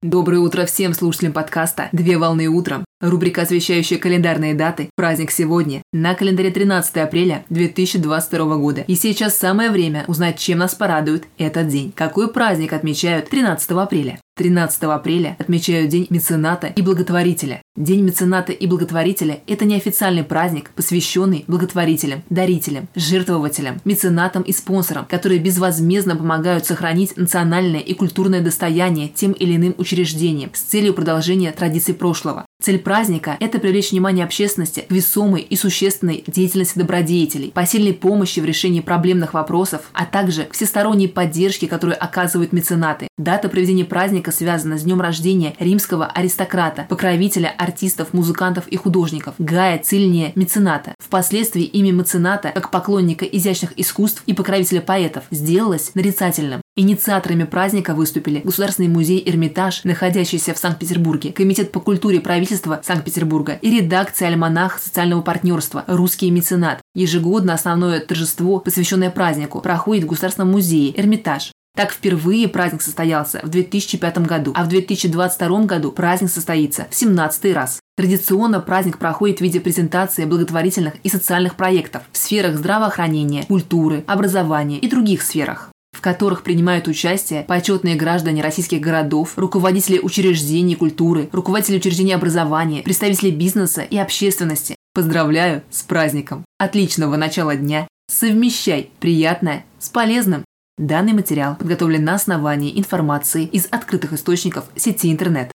Доброе утро всем слушателям подкаста «Две волны утром». Рубрика, освещающая календарные даты. Праздник сегодня. На календаре 13 апреля 2022 года. И сейчас самое время узнать, чем нас порадует этот день. Какой праздник отмечают 13 апреля? 13 апреля отмечают День мецената и благотворителя. День мецената и благотворителя – это неофициальный праздник, посвященный благотворителям, дарителям, жертвователям, меценатам и спонсорам, которые безвозмездно помогают сохранить национальное и культурное достояние тем или иным учреждениям с целью продолжения традиций прошлого. Цель праздника – это привлечь внимание общественности к весомой и существенной деятельности добродетелей, посильной помощи в решении проблемных вопросов, а также всесторонней поддержки, которую оказывают меценаты. Дата проведения праздника связана с днем рождения римского аристократа, покровителя артистов, музыкантов и художников Гая Цильния Мецената. Впоследствии имя мецената, как поклонника изящных искусств и покровителя поэтов, сделалось нарицательным. Инициаторами праздника выступили Государственный музей «Эрмитаж», находящийся в Санкт-Петербурге, Комитет по культуре правительства Санкт-Петербурга и редакция альманаха социального партнерства «Русский меценат». Ежегодно основное торжество, посвященное празднику, проходит в Государственном музее «Эрмитаж». Так впервые праздник состоялся в 2005 году, а в 2022 году праздник состоится в 17-й раз. Традиционно праздник проходит в виде презентации благотворительных и социальных проектов в сферах здравоохранения, культуры, образования и других сферах, в которых принимают участие почетные граждане российских городов, руководители учреждений культуры, руководители учреждений образования, представители бизнеса и общественности. Поздравляю с праздником! Отличного начала дня! Совмещай приятное с полезным! Данный материал подготовлен на основании информации из открытых источников сети интернет.